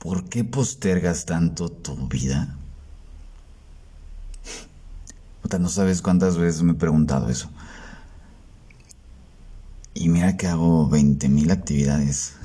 ¿Por qué postergas tanto tu vida? Puta, no sabes cuántas veces me he preguntado eso. Y mira que hago 20,000 actividades.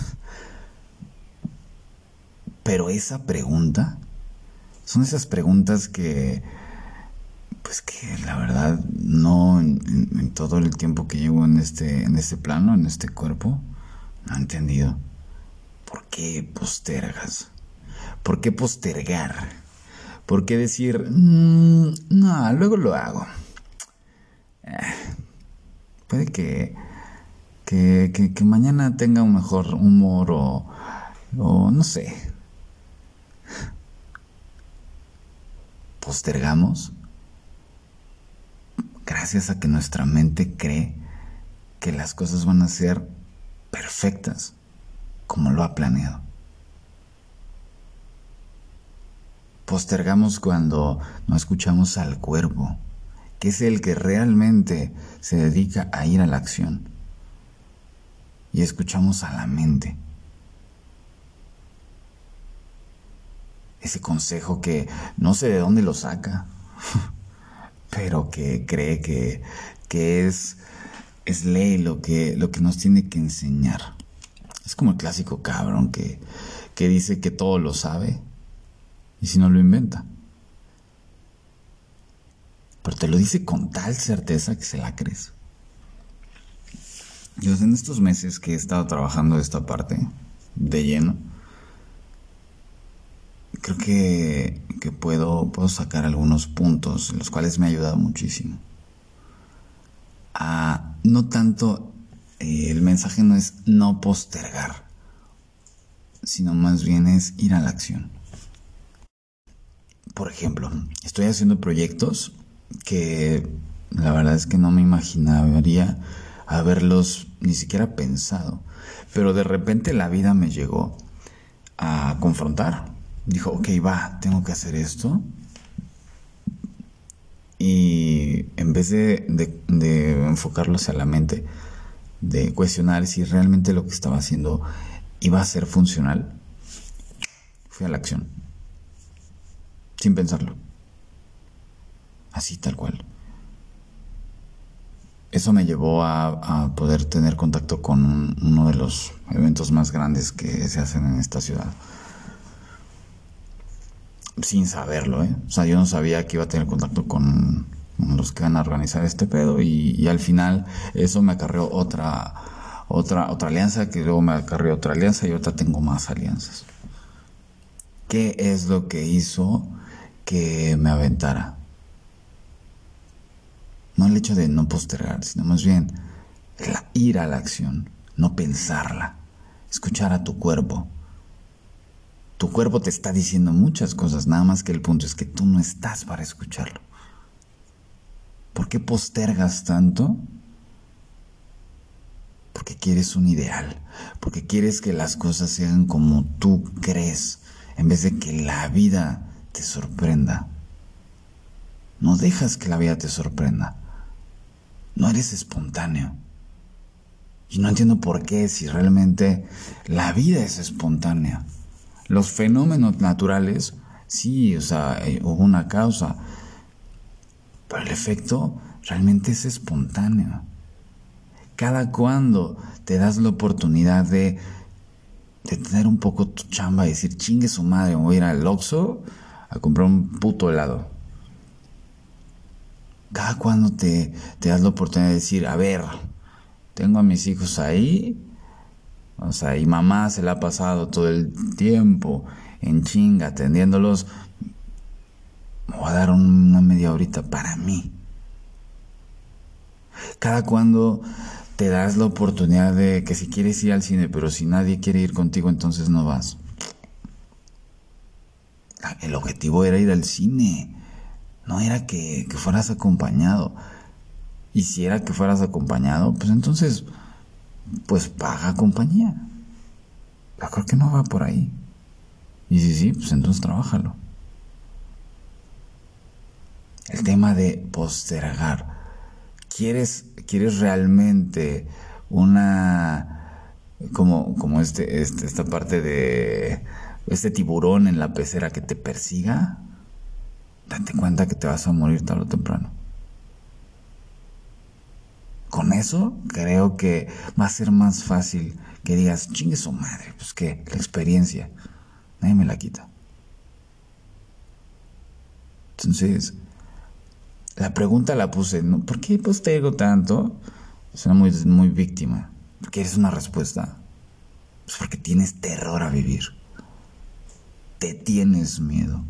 Pero esa pregunta, son esas preguntas que, pues que la verdad no en todo el tiempo que llevo en este plano, en este cuerpo, no he entendido. ¿Por qué postergas? ¿Por qué postergar? ¿Por qué decir, no, luego lo hago? Puede que mañana tenga un mejor humor o no sé. Postergamos gracias a que nuestra mente cree que las cosas van a ser perfectas como lo ha planeado. Postergamos cuando no escuchamos al cuerpo, que es el que realmente se dedica a ir a la acción, y escuchamos a la mente. Ese consejo que no sé de dónde lo saca, pero que cree que es ley lo que nos tiene que enseñar. Es como el clásico cabrón que dice que todo lo sabe y si no lo inventa. Pero te lo dice con tal certeza que se la crees. Yo en estos meses que he estado trabajando esta parte de lleno, creo que puedo sacar algunos puntos, los cuales me ha ayudado muchísimo. No tanto, el mensaje no es no postergar, sino más bien es ir a la acción. Por ejemplo, estoy haciendo proyectos que la verdad es que no me imaginaría haberlos ni siquiera pensado, pero de repente la vida me llegó a confrontar. Dijo, ok, va, tengo que hacer esto. Y en vez de enfocarlo hacia la mente, de cuestionar si realmente lo que estaba haciendo iba a ser funcional, fui a la acción, sin pensarlo, así tal cual. Eso me llevó a poder tener contacto con uno de los eventos más grandes que se hacen en esta ciudad. Sin saberlo, O sea, yo no sabía que iba a tener contacto con los que van a organizar este pedo y al final eso me acarreó otra alianza, que luego me acarreó otra alianza y ahorita tengo más alianzas. ¿Qué es lo que hizo que me aventara? No el hecho de no postergar, sino más bien ir a la acción, no pensarla, escuchar a tu cuerpo. Tu cuerpo te está diciendo muchas cosas, nada más que el punto es que tú no estás para escucharlo. ¿Por qué postergas tanto? Porque quieres un ideal, porque quieres que las cosas sean como tú crees, en vez de que la vida te sorprenda. No dejas que la vida te sorprenda. No eres espontáneo. Y no entiendo por qué, si realmente la vida es espontánea. Los fenómenos naturales, sí, o sea, hubo una causa, pero el efecto realmente es espontáneo. Cada cuando te das la oportunidad de tener un poco tu chamba y decir, chingue su madre, me voy a ir al Oxxo a comprar un puto helado. Cada cuando te das la oportunidad de decir, a ver, tengo a mis hijos ahí, o sea, y mamá se la ha pasado todo el tiempo en chinga atendiéndolos, me voy a dar una media horita para mí. Cada cuando te das la oportunidad de que si quieres ir al cine, pero si nadie quiere ir contigo, entonces no vas. El objetivo era ir al cine, no era que fueras acompañado. Y si era que fueras acompañado, pues entonces, pues paga compañía. Pero creo que no va por ahí. Y si sí, pues entonces trabájalo. El tema de postergar. ¿Quieres realmente una como esta parte de este tiburón en la pecera que te persiga, date cuenta que te vas a morir tarde o temprano. Con eso creo que va a ser más fácil que digas, chingue su madre, pues que la experiencia, nadie me la quita. Entonces, la pregunta la puse, ¿no? ¿Por qué postergo tanto? Suena muy víctima. ¿Quieres una respuesta? Pues porque tienes terror a vivir. Te tienes miedo.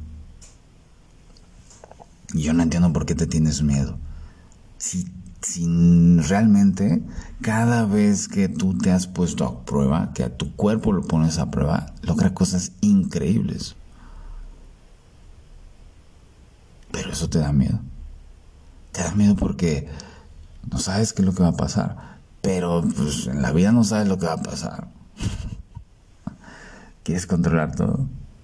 Y yo no entiendo por qué te tienes miedo. Si realmente cada vez que tú te has puesto a prueba, que a tu cuerpo lo pones a prueba, logra cosas increíbles. Pero eso te da miedo. Te da miedo porque no sabes qué es lo que va a pasar. Pero pues en la vida no sabes lo que va a pasar. ¿Quieres controlar todo?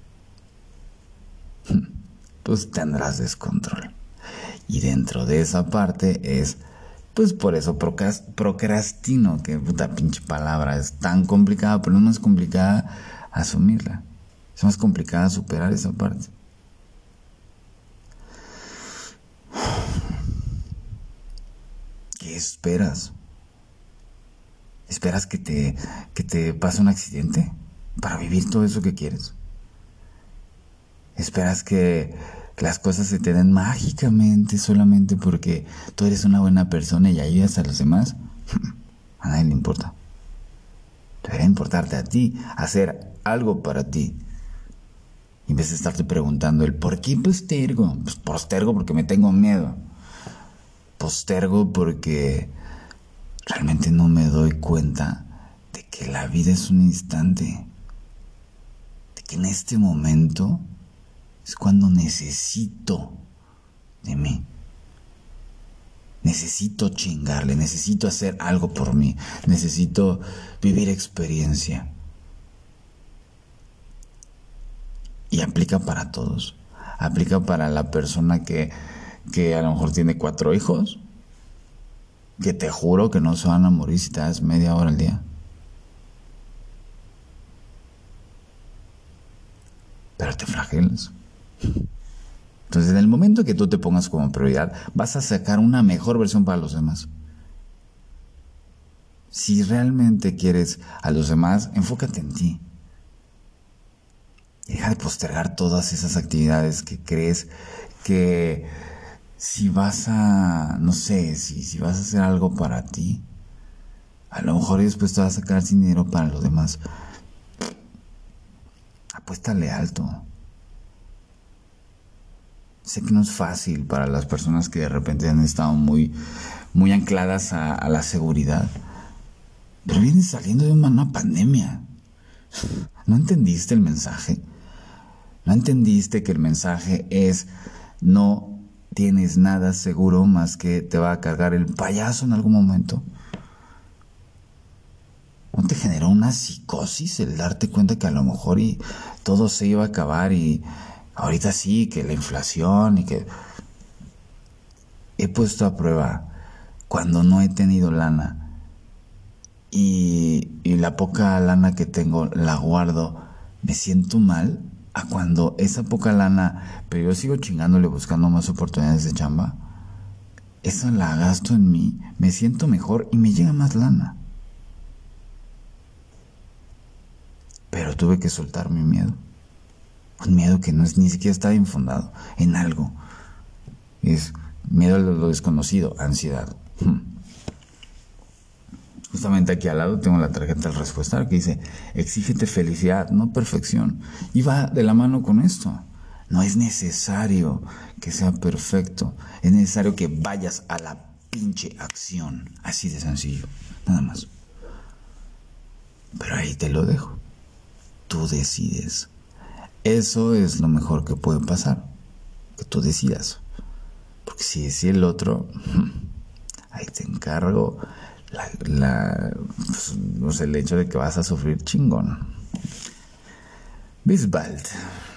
Pues tendrás descontrol. Y dentro de esa parte es, pues por eso procrastino, que puta pinche palabra, es tan complicada, pero no es más complicada asumirla. Es más complicada superar esa parte. ¿Qué esperas? ¿Esperas que te pase un accidente para vivir todo eso que quieres? ¿Esperas que las cosas se te den mágicamente solamente porque tú eres una buena persona y ayudas a los demás? A nadie le importa. Debería importarte a ti, hacer algo para ti. Y en vez de estarte preguntando el ¿por qué postergo? Pues postergo porque me tengo miedo. Postergo porque realmente no me doy cuenta de que la vida es un instante. De que en este momento es cuando necesito de mí. Necesito chingarle, necesito hacer algo por mí, necesito vivir experiencia. Y aplica para todos. Aplica para la persona que a lo mejor tiene 4 hijos, que te juro que no se van a morir si te das media hora al día. Pero te flagelas. Entonces, en el momento que tú te pongas como prioridad, vas a sacar una mejor versión para los demás. Si realmente quieres a los demás, enfócate en ti. Deja de postergar todas esas actividades que crees que si vas a, no sé, si vas a hacer algo para ti, a lo mejor después te vas a quedar sin dinero para los demás. Apuéstale alto. Sé que no es fácil para las personas que de repente han estado muy ancladas a la seguridad. Pero vienes saliendo de una pandemia. ¿No entendiste el mensaje? ¿No entendiste que el mensaje es no tienes nada seguro más que te va a cargar el payaso en algún momento? ¿No te generó una psicosis el darte cuenta que a lo mejor y todo se iba a acabar y ahorita sí, que la inflación y que... He puesto a prueba cuando no he tenido lana y la poca lana que tengo la guardo, me siento mal a cuando esa poca lana, pero yo sigo chingándole buscando más oportunidades de chamba, esa la gasto en mí, me siento mejor y me llega más lana. Pero tuve que soltar mi miedo. Un miedo que no es ni siquiera está infundado en algo. Es miedo a lo desconocido, ansiedad. Justamente aquí al lado tengo la tarjeta del respuesta que dice: exígete felicidad, no perfección. Y va de la mano con esto. No es necesario que sea perfecto. Es necesario que vayas a la pinche acción. Así de sencillo. Nada más. Pero ahí te lo dejo. Tú decides. Eso es lo mejor que puede pasar, que tú decidas. Porque si es el otro, ahí te encargo pues, el hecho de que vas a sufrir chingón. Bis bald.